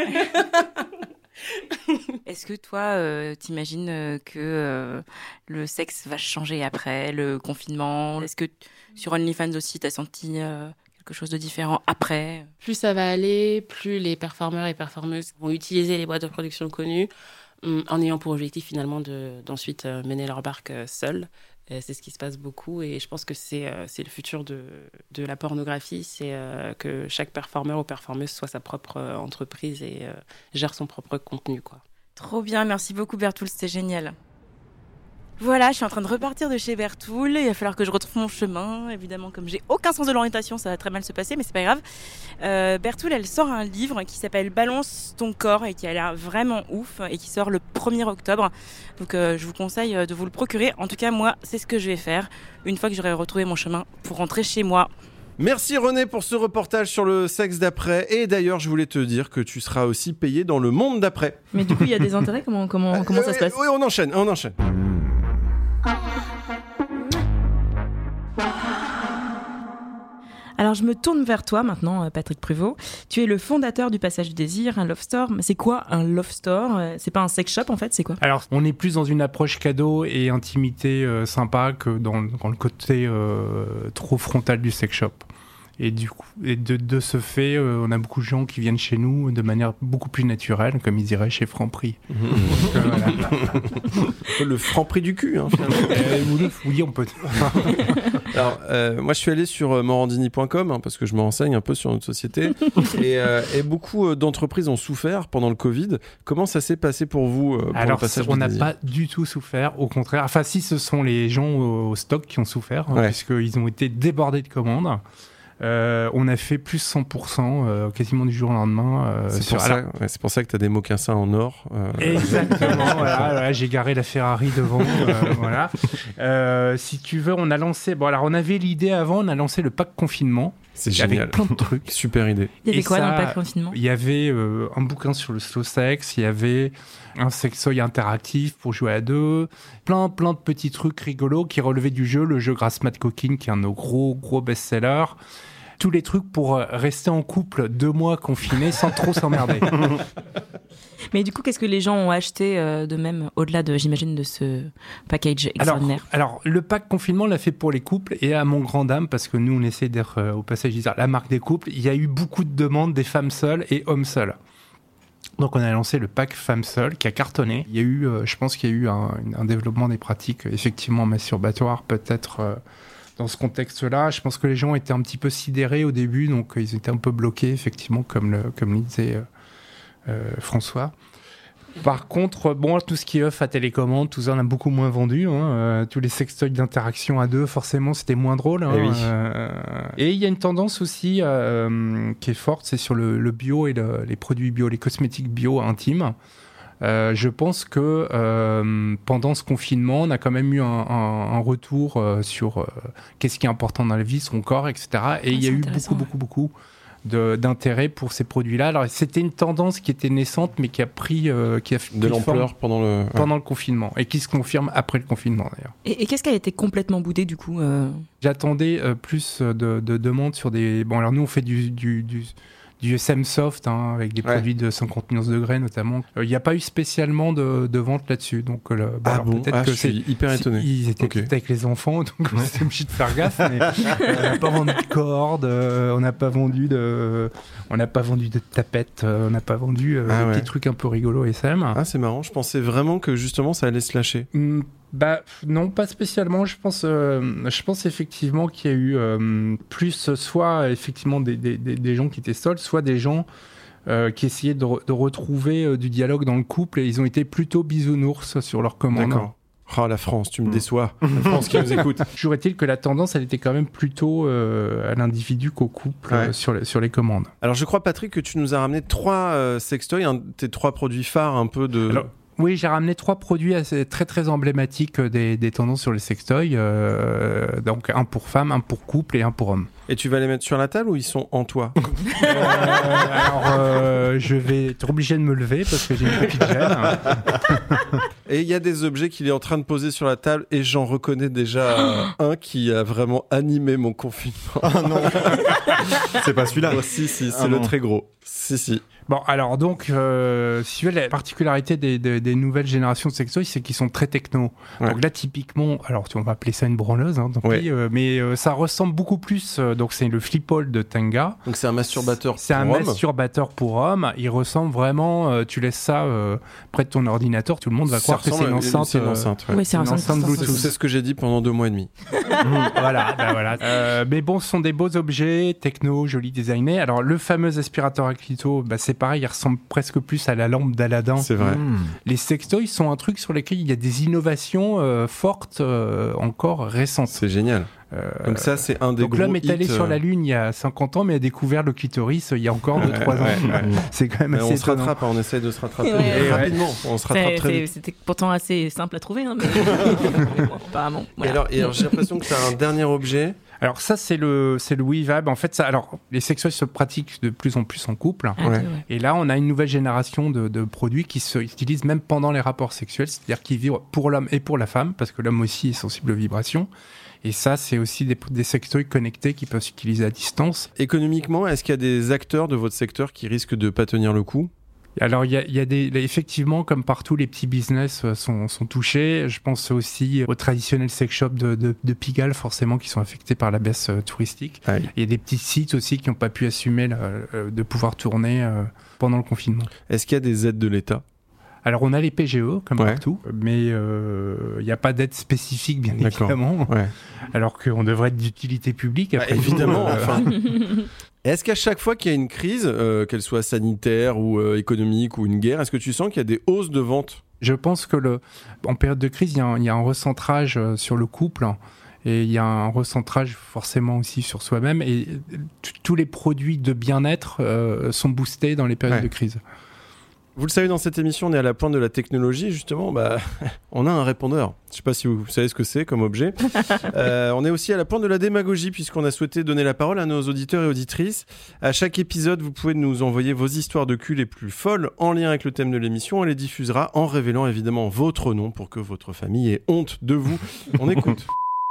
Est-ce que toi, euh, t'imagines euh, que euh, le sexe va changer après le confinement ? Est-ce que t- sur OnlyFans aussi, t'as senti euh, quelque chose de différent après ? Plus ça va aller, plus les performeurs et performeuses vont utiliser les boîtes de production connues, en ayant pour objectif finalement de, d'ensuite euh, mener leur barque euh, seuls. Et c'est ce qui se passe beaucoup, et je pense que c'est, euh, c'est le futur de, de la pornographie, c'est euh, que chaque performeur ou performeuse soit sa propre euh, entreprise et euh, gère son propre contenu, quoi. Trop bien, merci beaucoup Bertoul, c'était génial. Voilà, je suis en train de repartir de chez Bertoul. Il va falloir que je retrouve mon chemin. Évidemment, comme j'ai aucun sens de l'orientation, ça va très mal se passer, mais c'est pas grave. Euh, Bertoul, elle sort un livre qui s'appelle Balance ton corps et qui a l'air vraiment ouf et qui sort le premier octobre. Donc, euh, je vous conseille de vous le procurer. En tout cas, moi, c'est ce que je vais faire une fois que j'aurai retrouvé mon chemin pour rentrer chez moi. Merci René pour ce reportage sur le sexe d'après. Et d'ailleurs, je voulais te dire que tu seras aussi payé dans le monde d'après. Mais du coup, il y a des intérêts. Comment comment comment ça se passe ? Oui, on enchaîne, on enchaîne. Alors je me tourne vers toi maintenant, Patrick Pruvot. Tu es le fondateur du Passage du Désir, un love store. Mais c'est quoi un love store ? C'est pas un sex shop en fait, c'est quoi ? Alors, on est plus dans une approche cadeau et intimité euh, sympa que dans, dans le côté euh, trop frontal du sex shop. Et du coup, et de, de ce fait, euh, on a beaucoup de gens qui viennent chez nous de manière beaucoup plus naturelle, comme ils diraient chez Franprix. Mmh. Donc, euh, voilà. Le Franprix du cul, hein, finalement. Euh, oui, on peut. Alors, euh, moi, je suis allé sur morandini point com hein, parce que je me renseigne un peu sur notre société. et, euh, et beaucoup d'entreprises ont souffert pendant le Covid. Comment ça s'est passé pour vous euh, pour Alors, le passage on du n'a pas du tout souffert. Au contraire. Enfin, si, ce sont les gens au, au stock qui ont souffert, hein, ouais. puisqu'ils ont été débordés de commandes. Euh, on a fait plus cent pour cent euh, quasiment du jour au lendemain. Euh, c'est, sur... pour ça, Alors... ouais, c'est pour ça que tu as des mocassins en or. Euh... Exactement, voilà, voilà, j'ai garé la Ferrari devant. Euh, voilà. Euh, si tu veux, on a lancé. Bon, alors on avait l'idée avant, on a lancé le pack confinement. C'est génial. Avec plein de trucs. Super idée. Il y avait Et quoi ça, dans le pack confinement ? Il y avait euh, un bouquin sur le slow sex, il y avait un sextoy interactif pour jouer à deux, plein plein de petits trucs rigolos qui relevaient du jeu, le jeu Grasse Mat Coquine qui est un de nos gros gros best-sellers. Tous les trucs pour rester en couple deux mois confinés sans trop s'emmerder. Mais du coup, qu'est-ce que les gens ont acheté euh, de même, au-delà de, j'imagine, de ce package extraordinaire ? alors, alors, le pack confinement, on l'a fait pour les couples et à mon grand dame, parce que nous, on essaie d'être euh, au passage la marque des couples, il y a eu beaucoup de demandes des femmes seules et hommes seuls. Donc, on a lancé le pack femmes seules qui a cartonné. Il y a eu, euh, je pense qu'il y a eu un, un développement des pratiques, effectivement, masturbatoires, peut-être... Euh, Dans ce contexte-là, je pense que les gens étaient un petit peu sidérés au début, donc ils étaient un peu bloqués, effectivement, comme le, comme le disait euh, euh, François. Par contre, bon, tout ce qui est œuf à télécommande, tout ça, on a beaucoup moins vendu. Hein. Euh, tous les sextoys d'interaction à deux, forcément, c'était moins drôle. Hein. Et oui. Euh, et il y a une tendance aussi euh, qui est forte, c'est sur le, le bio et le, les produits bio, les cosmétiques bio intimes. Euh, je pense que euh, pendant ce confinement, on a quand même eu un, un, un retour euh, sur euh, qu'est-ce qui est important dans la vie, son corps, et cetera. Et ah, il y a eu beaucoup, beaucoup, beaucoup de, d'intérêt pour ces produits-là. Alors, c'était une tendance qui était naissante, mais qui a pris, euh, qui a pris de l'ampleur pendant le ouais. pendant le confinement et qui se confirme après le confinement d'ailleurs. Et, et qu'est-ce qui a été complètement boudé du coup euh... J'attendais euh, plus de, de demandes sur des. Bon, alors nous, on fait du, du, du... du S M soft, hein, avec des ouais. produits de cinquante degrés notamment. Il euh, n'y a pas eu spécialement de, de vente là-dessus. Donc, euh, bon, ah alors, bon peut-être ah, que je c'est, suis hyper étonné. Ils étaient okay. avec les enfants, donc on était obligé de faire gaffe. Mais euh, on n'a pas vendu de cordes, euh, on n'a pas vendu de, on n'a pas vendu de tapettes, euh, on n'a pas vendu euh, ah, des ouais. petits trucs un peu rigolos S M. Ah, c'est marrant. Je pensais vraiment que justement ça allait se lâcher. Mmh. Bah non, pas spécialement. Je pense, euh, je pense effectivement qu'il y a eu euh, plus soit effectivement des, des, des gens qui étaient seuls, soit des gens euh, qui essayaient de, re- de retrouver euh, du dialogue dans le couple et ils ont été plutôt bisounours sur leur commande. D'accord. Oh la France, tu me déçois. La France qui nous écoute. Toujours est-il que la tendance, elle était quand même plutôt euh, à l'individu qu'au couple ouais. euh, sur, les, sur les commandes. Alors je crois Patrick que tu nous as ramené trois euh, sextoys, hein, tes trois produits phares un peu de... Alors, oui, j'ai ramené trois produits assez, très très emblématiques des, des tendances sur les sextoys. Euh, donc un pour femmes, un pour couple et un pour hommes. Et tu vas les mettre sur la table ou ils sont en toi ? euh, Alors, euh, je vais être obligé de me lever parce que j'ai une petite gêne. Et il y a des objets qu'il est en train de poser sur la table et j'en reconnais déjà un qui a vraiment animé mon confinement. Ah non, c'est pas celui-là. Oh, si, si, c'est ah, le non. très gros. Si, si. Bon, alors donc, euh, si tu veux, la particularité des, des, des nouvelles générations de sextoys, c'est qu'ils sont très techno. Ouais. Donc là, typiquement, alors on va appeler ça une branleuse, hein, tant ouais. pis, euh, mais euh, ça ressemble beaucoup plus euh, donc c'est le Flipple de Tenga. Donc c'est un masturbateur C'est pour un homme. masturbateur pour homme. Il ressemble vraiment, euh, tu laisses ça euh, près de ton ordinateur, tout le monde va Ça croire que c'est ressemble une à- enceinte. c'est une euh, enceinte, ouais. Ouais, c'est une un enceinte enceinte Bluetooth. C'est ce que j'ai dit pendant deux mois et demi. voilà, bah voilà. Euh, mais bon, ce sont des beaux objets, techno, jolis, designés. Alors, le fameux aspirateur à clito, bah, c'est pareil, il ressemble presque plus à la lampe d'Aladin. C'est vrai. Mmh. Les sextoys sont un truc sur lesquels il y a des innovations euh, fortes, euh, encore récentes. C'est génial. Euh, Donc ça, c'est un des donc gros l'homme est allé hits, sur euh, la Lune il y a cinquante ans, mais a découvert le clitoris il y a encore deux trois ans. ouais, ouais. C'est quand même Mais assez on se étonnant. rattrape, hein, on essaye de se rattraper. Ouais, Et ouais. rapidement, on se rattrape C'est- très c'est- vite. C'était pourtant assez simple à trouver, hein, mais mais bon, apparemment. Et Voilà. alors, et alors j'ai l'impression que tu as un dernier objet. Alors ça c'est le c'est le WeVibe. En fait ça alors les sextoys se pratiquent de plus en plus en couple. Ah, ok, Ouais. ouais. Et là, on a une nouvelle génération de, de produits qui se utilisent même pendant les rapports sexuels, c'est-à-dire qui vibrent pour l'homme et pour la femme, parce que l'homme aussi est sensible aux vibrations. Et ça, c'est aussi des, des sextoys connectés qui peuvent s'utiliser à distance. Économiquement, est-ce qu'il y a des acteurs de votre secteur qui risquent de pas tenir le coup? Alors, il y a, il y a des, effectivement, comme partout, les petits business euh, sont, sont touchés. Je pense aussi aux traditionnels sex shops de, de, de Pigalle, forcément, qui sont affectés par la baisse euh, touristique. Ah oui. Il y a des petits sites aussi qui n'ont pas pu assumer la- euh, de pouvoir tourner euh, pendant le confinement. Est-ce qu'il y a des aides de l'État? Alors, on a les P G E, comme Ouais. partout, mais euh, il n'y a pas d'aide spécifique, bien D'accord. évidemment, Ouais. alors qu'on devrait être d'utilité publique. Bah, Après tout. évidemment, Euh, enfin. Est-ce qu'à chaque fois qu'il y a une crise, euh, qu'elle soit sanitaire ou euh, économique ou une guerre, est-ce que tu sens qu'il y a des hausses de vente? Je pense que le, en période de crise, il y a un, il y a un recentrage euh, sur le couple. Et il y a un recentrage forcément aussi sur soi-même. Et t- tous les produits de bien-être euh, sont boostés dans les périodes Ouais. de crise. Vous le savez, dans cette émission, on est à la pointe de la technologie, justement. Bah, on a un répondeur. Je ne sais pas si vous savez ce que c'est comme objet. Euh, on est aussi à la pointe de la démagogie, puisqu'on a souhaité donner la parole à nos auditeurs et auditrices. À chaque épisode, vous pouvez nous envoyer vos histoires de cul les plus folles en lien avec le thème de l'émission. On les diffusera en révélant évidemment votre nom pour que votre famille ait honte de vous. On écoute.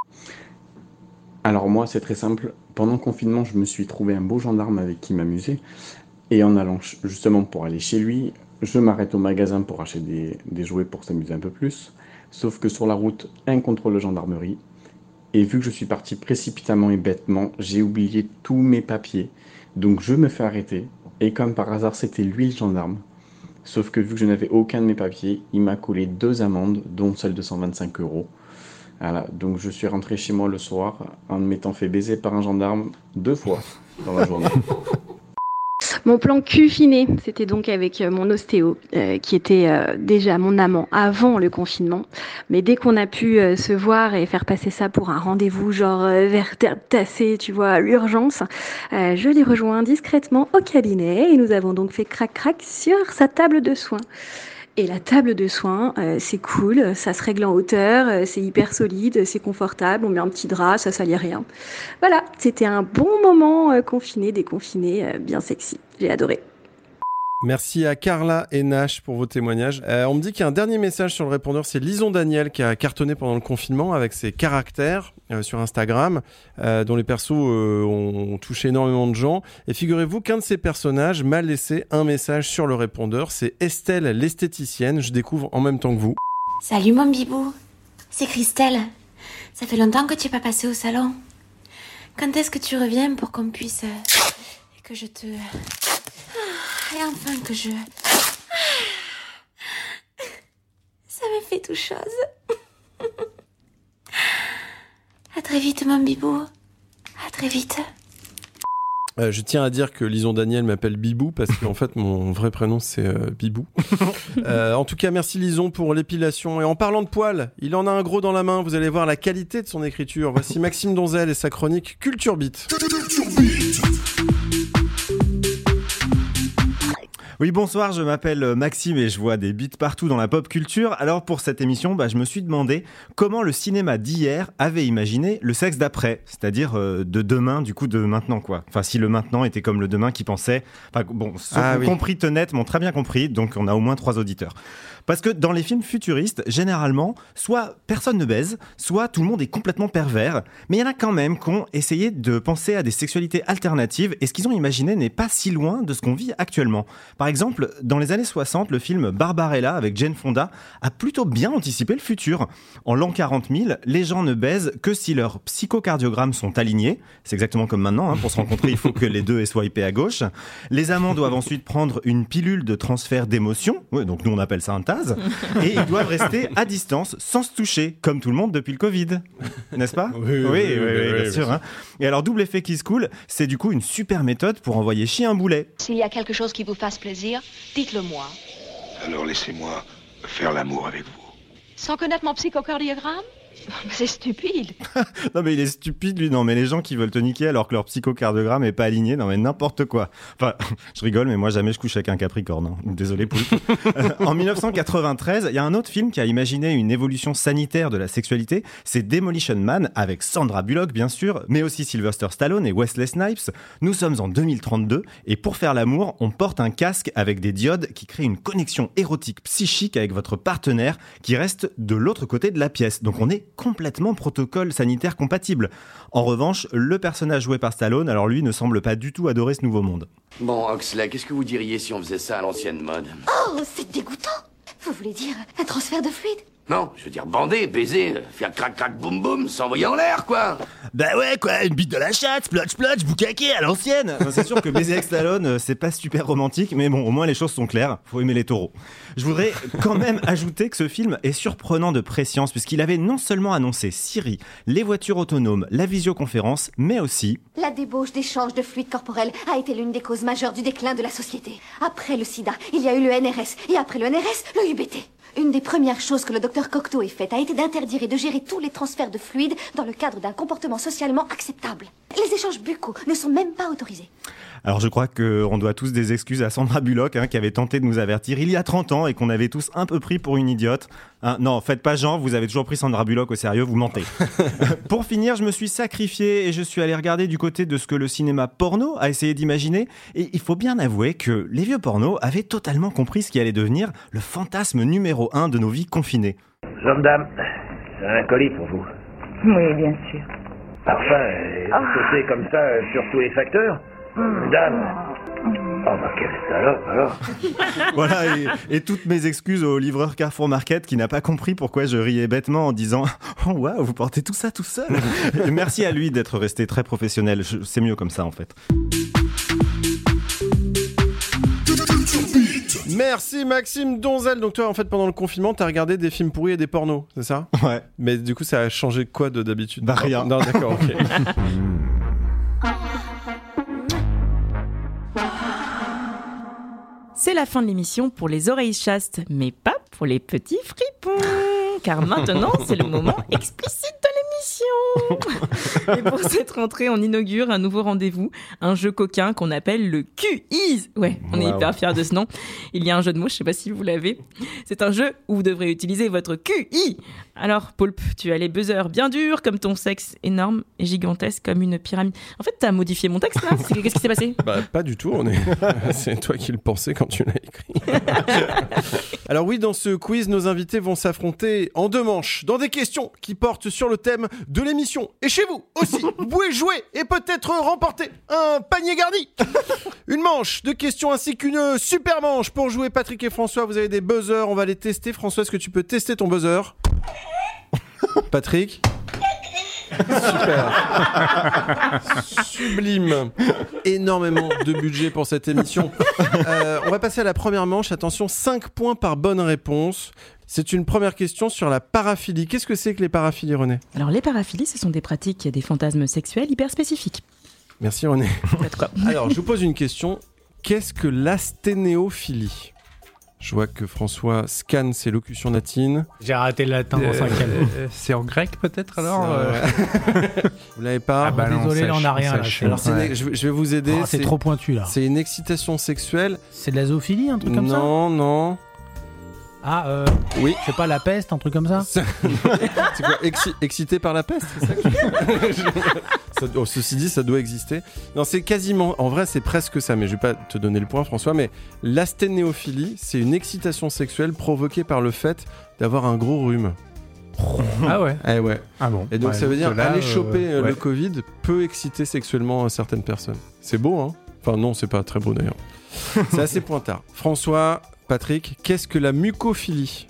Alors moi, c'est très simple. Pendant le confinement, je me suis trouvé un beau gendarme avec qui m'amuser. Et en allant ch- justement pour aller chez lui, je m'arrête au magasin pour acheter des, des jouets pour s'amuser un peu plus. Sauf que sur la route, un contrôle de gendarmerie. Et vu que je suis parti précipitamment et bêtement, j'ai oublié tous mes papiers. Donc je me fais arrêter. Et comme par hasard, c'était lui le gendarme. Sauf que vu que je n'avais aucun de mes papiers, il m'a collé deux amendes, dont celle de cent vingt-cinq euros. Voilà, donc je suis rentré chez moi le soir en m'étant fait baiser par un gendarme deux fois dans la journée. Mon plan cufiné, c'était donc avec euh, mon ostéo, euh, qui était euh, déjà mon amant avant le confinement. Mais dès qu'on a pu euh, se voir et faire passer ça pour un rendez-vous genre euh, vers terre tassée, tu vois, à l'urgence, euh, je l'ai rejoint discrètement au cabinet et nous avons donc fait crac-crac sur sa table de soins. Et la table de soins, euh, c'est cool, ça se règle en hauteur, euh, c'est hyper solide, c'est confortable, on met un petit drap, ça salit rien. Voilà, c'était un bon moment euh, confiné, déconfiné, euh, bien sexy. J'ai adoré. Merci à Carla et Nash pour vos témoignages. Euh, on me dit qu'il y a un dernier message sur le répondeur, c'est Lison Daniel qui a cartonné pendant le confinement avec ses caractères euh, sur Instagram, euh, dont les persos euh, ont touché énormément de gens. Et figurez-vous qu'un de ces personnages m'a laissé un message sur le répondeur, c'est Estelle l'esthéticienne, je découvre en même temps que vous. Salut mon bibou, c'est Christelle. Ça fait longtemps que tu n'es pas passé au salon. Quand est-ce que tu reviens pour qu'on puisse... euh, et que je te... Et enfin que je... Ça me fait tout chose. À très vite mon bibou. À très vite. Euh, je tiens à dire que Lison Daniel m'appelle Bibou parce qu'en fait mon vrai prénom c'est euh, Bibou. euh, en tout cas merci Lison pour l'épilation. Et en parlant de poils, il en a un gros dans la main, vous allez voir la qualité de son écriture. Voici Maxime Donzel et sa chronique Culture Beat. Oui, bonsoir, je m'appelle Maxime et je vois des beats partout dans la pop culture. Alors pour cette émission, bah, je me suis demandé comment le cinéma d'hier avait imaginé le sexe d'après, c'est-à-dire euh, de demain, du coup de maintenant quoi. Enfin si le maintenant était comme le demain qui pensait, enfin bon, ceux Ah qui ont oui. compris Tenet m'ont très bien compris, donc on a au moins trois auditeurs. Parce que dans les films futuristes, généralement, soit personne ne baise, soit tout le monde est complètement pervers. Mais il y en a quand même qui ont essayé de penser à des sexualités alternatives et ce qu'ils ont imaginé n'est pas si loin de ce qu'on vit actuellement. Par exemple, dans les années soixante, le film Barbarella avec Jane Fonda a plutôt bien anticipé le futur. En l'an quarante mille, les gens ne baisent que si leurs psychocardiogrammes sont alignés. C'est exactement comme maintenant, hein, pour se rencontrer, il faut que les deux aient swipé à gauche. Les amants doivent ensuite prendre une pilule de transfert d'émotions, ouais, donc nous on appelle ça un T A S, et ils doivent rester à distance sans se toucher, comme tout le monde depuis le Covid, n'est-ce pas ? Oui, oui, oui, oui, oui, oui, oui, bien oui, sûr. oui. Hein. Et alors, double effet qui se coule, c'est du coup une super méthode pour envoyer chier un boulet. S'il y a quelque chose qui vous fasse plaisir, dites-le moi. Alors laissez-moi faire l'amour avec vous. Sans connaître mon psychocardiogramme ? C'est stupide. Non mais il est stupide lui, non mais les gens qui veulent te niquer alors que leur psychocardiogramme est pas aligné, non mais n'importe quoi. Enfin, je rigole mais moi jamais je couche avec un capricorne, hein. Désolé Poulpe. euh, en dix-neuf cent quatre-vingt-treize, il y a un autre film qui a imaginé une évolution sanitaire de la sexualité, c'est Demolition Man avec Sandra Bullock bien sûr, mais aussi Sylvester Stallone et Wesley Snipes. Nous sommes en deux mille trente-deux et pour faire l'amour, on porte un casque avec des diodes qui créent une connexion érotique psychique avec votre partenaire qui reste de l'autre côté de la pièce. Donc on est complètement protocole sanitaire compatible. En revanche, le personnage joué par Stallone, alors lui, ne semble pas du tout adorer ce nouveau monde. Bon, Oxley, qu'est-ce que vous diriez si on faisait ça à l'ancienne mode ? Oh, c'est dégoûtant. Vous voulez dire un transfert de fluide ? Non, je veux dire bander, baiser, faire crac crac boum boum, s'envoyer en l'air, quoi. Bah ouais, quoi, une bite de la chatte, splotch splotch, boucaquet à l'ancienne. Enfin, c'est sûr que baiser avec Stallone, euh, c'est pas super romantique, mais bon, au moins les choses sont claires, faut aimer les taureaux. Je voudrais quand même ajouter que ce film est surprenant de prescience, puisqu'il avait non seulement annoncé Siri, les voitures autonomes, la visioconférence, mais aussi... La débauche d'échange de fluides corporels a été l'une des causes majeures du déclin de la société. Après le sida, il y a eu le N R S, et après le N R S, le U B T. Une des premières choses que le docteur Cocteau ait faites a été d'interdire et de gérer tous les transferts de fluides dans le cadre d'un comportement socialement acceptable. Les échanges buccaux ne sont même pas autorisés. Alors je crois qu'on doit tous des excuses à Sandra Bullock, hein, qui avait tenté de nous avertir il y a trente ans et qu'on avait tous un peu pris pour une idiote. Hein, non, faites pas genre, vous avez toujours pris Sandra Bullock au sérieux, vous mentez. Pour finir, je me suis sacrifié et je suis allé regarder du côté de ce que le cinéma porno a essayé d'imaginer. Et il faut bien avouer que les vieux pornos avaient totalement compris ce qui allait devenir le fantasme numéro un de nos vies confinées. Jeune dame, j'ai un colis pour vous. Oui, bien sûr. Parfum, et Ah. sauté comme ça euh, sur tous les facteurs. Dame. Oh bah quelle salope alors. Voilà, et, et toutes mes excuses au livreur Carrefour Market qui n'a pas compris pourquoi je riais bêtement en disant « Oh waouh, vous portez tout ça tout seul !» Merci à lui d'être resté très professionnel, je- c'est mieux comme ça en fait. Merci Maxime Donzel. Donc toi, en fait, pendant le confinement, t'as regardé des films pourris et des pornos, c'est ça ? Ouais. Mais du coup, ça a changé quoi de d'habitude ? Bah rien. Non, d'accord, ok. C'est la fin de l'émission pour les oreilles chastes, mais pas pour les petits fripons. Car maintenant, c'est le moment explicite de l'émission. Et pour cette rentrée, on inaugure un nouveau rendez-vous, un jeu coquin qu'on appelle le Q-Ease. Ouais, on est Wow. hyper fiers de ce nom. Il y a un jeu de mots, je sais pas si vous l'avez. C'est un jeu où vous devrez utiliser votre Q I. Alors, Poulpe, tu as les buzzers bien durs comme ton sexe énorme et gigantesque comme une pyramide. En fait, t'as modifié mon texte là. C'est- Qu'est-ce qui s'est passé ? Bah, pas du tout, on est... c'est toi qui le pensais quand tu l'as écrit. Alors oui, dans ce quiz, nos invités vont s'affronter en deux manches, dans des questions qui portent sur le thème de l'émission. Et chez vous aussi, vous pouvez jouer et peut-être remporter un panier garni. Une manche de questions ainsi qu'une super manche pour jouer. Patrick et François, vous avez des buzzers, on va les tester. François, est-ce que tu peux tester ton buzzer ? Patrick ? Super. Sublime. Énormément de budget pour cette émission. Euh, on va passer à la première manche. Attention, cinq points par bonne réponse. C'est une première question sur la paraphilie. Qu'est-ce que c'est que les paraphilies, René ? Alors, les paraphilies, ce sont des pratiques et des fantasmes sexuels hyper spécifiques. Merci, René. Faites quoi ? Alors, je vous pose une question. Qu'est-ce que l'asténéophilie ? Je vois que François scanne ses locutions latines. J'ai raté le latin en Euh, cinquième. euh, c'est en grec peut-être alors euh Vous l'avez pas ? Ah bah non, Désolé, là, on n'a sèche, rien. Là, sèche. c'est- Alors, c'est Ouais. une- je, vais- je vais vous aider. Oh, c'est trop pointu là. C'est une excitation sexuelle. C'est de la zoophilie, un truc comme ça Non, non. Ah, euh, oui. C'est pas la peste, un truc comme ça? C'est quoi, exci- excité par la peste, c'est ça que tu... ça, oh, Ceci dit, ça doit exister. Non, c'est quasiment... En vrai, c'est presque ça, mais je vais pas te donner le point, François, mais l'asténéophilie, c'est une excitation sexuelle provoquée par le fait d'avoir un gros rhume. Ah ouais. Eh ouais. Ah bon. Et donc Ouais, ça veut dire là, aller choper euh, euh, le ouais. Covid peut exciter sexuellement certaines personnes. C'est beau, hein? Enfin non, c'est pas très beau d'ailleurs. C'est assez pointard. François, Patrick, qu'est-ce que la mucophilie?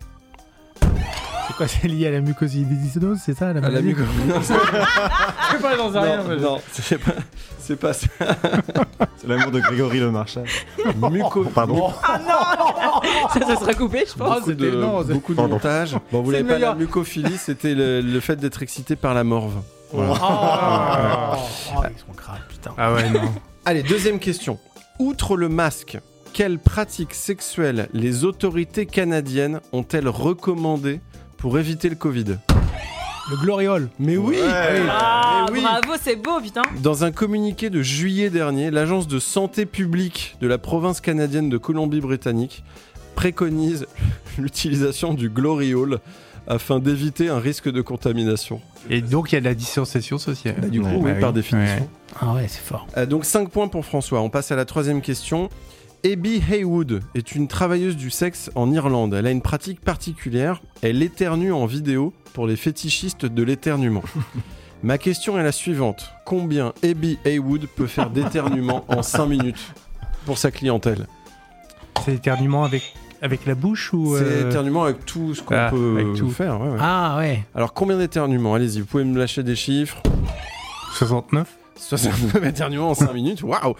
C'est quoi, c'est lié à la mucosidose, c'est ça la À la maladie? muco... Non, c'est... Je sais pas, j'en sais rien. Non, non, c'est pas, c'est pas ça. C'est l'amour de Grégory Le Marchal. Muco... Pardon. Ah non Ça, ça sera coupé, je pense. Beaucoup de, non, c'est- beaucoup de Pardon. montage. Bon, vous C'est l'avez le pas, meilleur. la mucophilie, c'était le, le fait d'être excité par la morve. Voilà. Oh, oh, ils sont graves, putain. Ah ouais, non. Allez, deuxième question. Outre le masque, quelles pratiques sexuelles les autorités canadiennes ont-elles recommandées pour éviter le Covid? Le gloriole. Mais oui, Ouais. Ah, Mais oui. bravo, c'est beau, putain. Dans un communiqué de juillet dernier, l'agence de santé publique de la province canadienne de Colombie-Britannique préconise l'utilisation du gloriole afin d'éviter un risque de contamination. Et donc il y a de la distanciation sociale. Bah, du coup, Ouais, oui, bah par oui. définition. Ouais. Ah ouais, c'est fort. Euh, donc cinq points pour François. On passe à la troisième question. Abby Haywood est une travailleuse du sexe en Irlande. Elle a une pratique particulière. Elle éternue en vidéo pour les fétichistes de l'éternuement. Ma question est la suivante. Combien Abby Haywood peut faire d'éternuement en cinq minutes pour sa clientèle? C'est éternuement avec, avec la bouche ou C'est euh, éternuement avec tout ce qu'on Ah, peut avec tout. faire. Ouais, ouais. Ah ouais. Alors combien d'éternuements? Allez-y, vous pouvez me lâcher des chiffres. soixante-neuf soixante-neuf éternuements en cinq minutes. Waouh!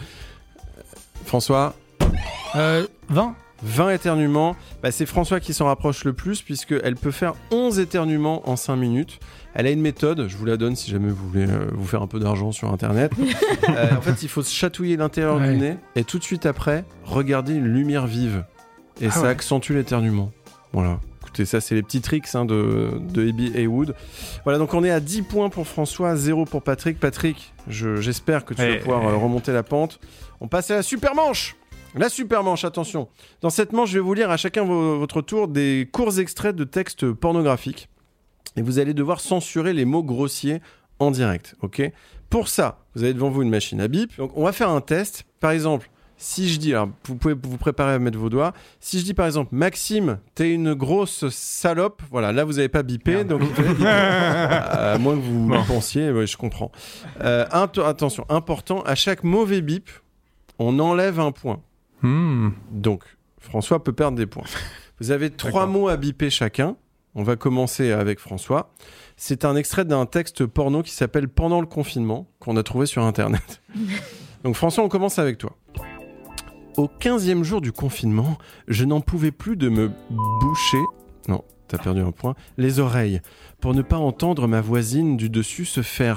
François? Euh, vingt. vingt éternuements, bah c'est François qui s'en rapproche le plus puisqu'elle peut faire onze éternuements en cinq minutes. Elle a une méthode, je vous la donne si jamais vous voulez euh, vous faire un peu d'argent sur internet. Euh, en fait, il faut se chatouiller l'intérieur Ouais. du nez et tout de suite après, regarder une lumière vive. Et Ah ça ouais. accentue l'éternuement. Voilà. Écoutez, ça c'est les petits tricks hein, de, de Abby Haywood. Voilà, donc on est à dix points pour François, zéro pour Patrick. Patrick, je, j'espère que tu Ouais. vas pouvoir euh, remonter la pente. On passe à la super manche. La super manche, attention. Dans cette manche, je vais vous lire à chacun vo- votre tour des courts extraits de textes pornographiques. Et vous allez devoir censurer les mots grossiers en direct, ok? Pour ça, vous avez devant vous une machine à bip. Donc, on va faire un test. Par exemple, si je dis, alors vous pouvez vous préparer à mettre vos doigts. Si je dis par exemple, Maxime, t'es une grosse salope. Voilà, là vous n'avez pas bipé, Merde. donc il fallait biper. À moins que vous Bon. le pensiez, ouais, je comprends. Euh, int- attention, important, à chaque mauvais bip, on enlève un point. Hmm. Donc, François peut perdre des points. Vous avez trois D'accord. mots à biper chacun. On va commencer avec François. C'est un extrait d'un texte porno qui s'appelle Pendant le confinement, qu'on a trouvé sur Internet. Donc François, on commence avec toi. Au quinzième jour du confinement, je n'en pouvais plus de me boucher... Non, t'as perdu un point. Les oreilles, pour ne pas entendre ma voisine du dessus se faire...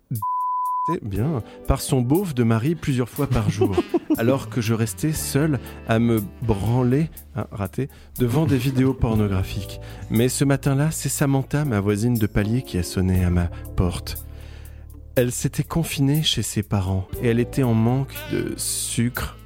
C'est bien, par son beauf de mari plusieurs fois par jour, alors que je restais seul à me branler, ah, raté, devant des vidéos pornographiques. Mais ce matin-là, c'est Samantha, ma voisine de palier, qui a sonné à ma porte. Elle s'était confinée chez ses parents et elle était en manque de sucre.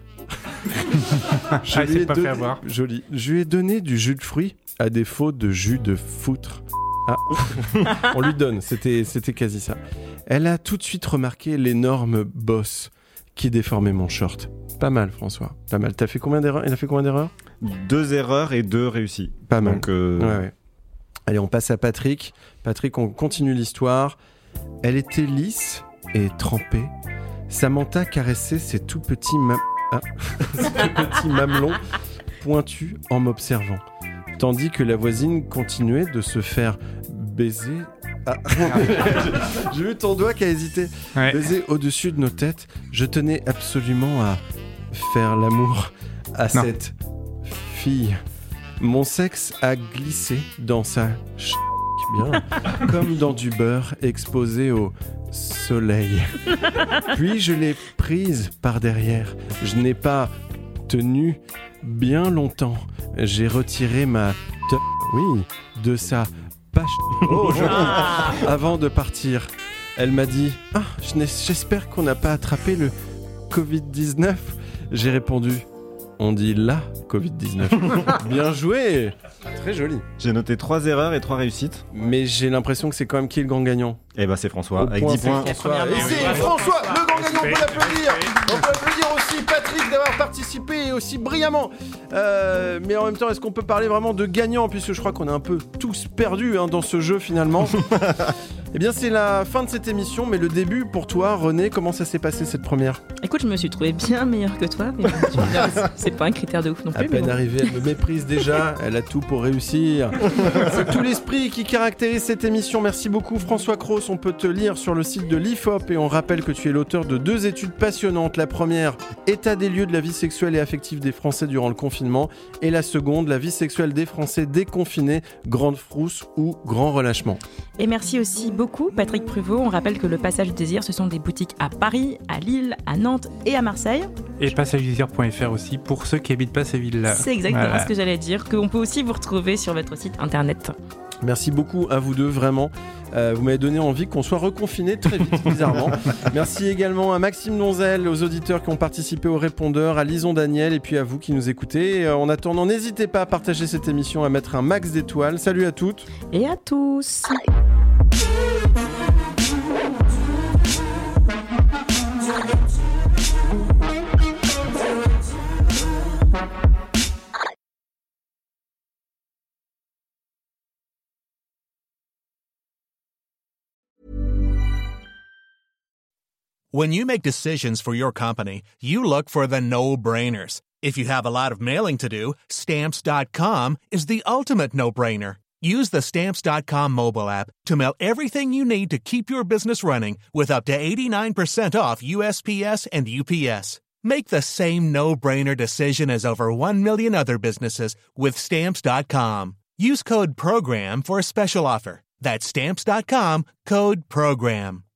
Ah, il s'est pas fait donné, avoir. joli. Je lui ai donné du jus de fruits à défaut de jus de foutre. Ah, on lui donne, c'était, c'était quasi ça. Elle a tout de suite remarqué l'énorme bosse qui déformait mon short. Pas mal, François. Pas mal. T'as fait combien d'erreurs? Il a fait combien d'erreurs? Deux erreurs et deux réussies. Pas mal. Donc, euh, Ouais, ouais. Allez, on passe à Patrick. Patrick, on continue l'histoire. Elle était lisse et trempée. Samantha caressait ses tout petits, ma- ah, ses tout petits mamelons pointus en m'observant. Tandis que la voisine continuait de se faire baiser. Ah. J'ai vu ton doigt qui a hésité. Ouais. Baiser au-dessus de nos têtes. Je tenais absolument à faire l'amour à Non. cette fille. Mon sexe a glissé dans sa ch... bien, comme dans du beurre exposé au soleil. Puis je l'ai prise par derrière. Je n'ai pas tenu bien longtemps. J'ai retiré ma te... oui, de sa pâche oh, joli. Avant de partir. Elle m'a dit « Ah, je n'ai- j'espère qu'on n'a pas attrapé le covid dix-neuf » J'ai répondu On dit la covid dix-neuf. Bien joué. Très joli. J'ai noté trois erreurs et trois réussites. Mais j'ai l'impression que c'est quand même qui le grand gagnant? Eh ben c'est François, Au avec point, dix points. c'est François. Et c'est François, le grand gagnant, on peut l'applaudir. On peut applaudir aussi Patrick d'avoir participé aussi brillamment. Euh, mais en même temps, est-ce qu'on peut parler vraiment de gagnant, puisque je crois qu'on est un peu tous perdus hein, dans ce jeu finalement. Eh bien, c'est la fin de cette émission, mais le début pour toi, René, comment ça s'est passé cette première? Écoute, je me suis trouvé bien meilleure que toi, mais tu me diras, c'est pas un critère de ouf non plus. À peine bon. Arrivée, elle me méprise déjà, elle a tout pour réussir. C'est tout l'esprit qui caractérise cette émission. Merci beaucoup François Cros, on peut te lire sur le site de l'I F O P et on rappelle que tu es l'auteur de deux études passionnantes. La première, état des lieux de la vie sexuelle et affective des Français durant le confinement, et la seconde, la vie sexuelle des Français déconfinés, grande frousse ou grand relâchement. Et merci aussi beaucoup Patrick Pruvot. On rappelle que le Passage du Désir, ce sont des boutiques à Paris, à Lille, à Nantes et à Marseille. Et passage du désir point f r aussi pour ceux qui habitent pas ces villes-là. C'est exactement voilà. ce que j'allais dire, qu'on peut aussi vous retrouver sur votre site internet. Merci beaucoup à vous deux, vraiment. Euh, vous m'avez donné envie qu'on soit reconfinés très vite, bizarrement. Merci également à Maxime Donzel, aux auditeurs qui ont participé au répondeur, à Lison Daniel et puis à vous qui nous écoutez. Euh, en attendant, n'hésitez pas à partager cette émission, à mettre un max d'étoiles. Salut à toutes. Et à tous. When you make decisions for your company, you look for the no-brainers. If you have a lot of mailing to do, Stamps dot com is the ultimate no-brainer. Use the Stamps dot com mobile app to mail everything you need to keep your business running with up to eighty-nine percent off U S P S and U P S. Make the same no-brainer decision as over one million other businesses with Stamps dot com. Use code PROGRAM for a special offer. That's Stamps dot com, code PROGRAM.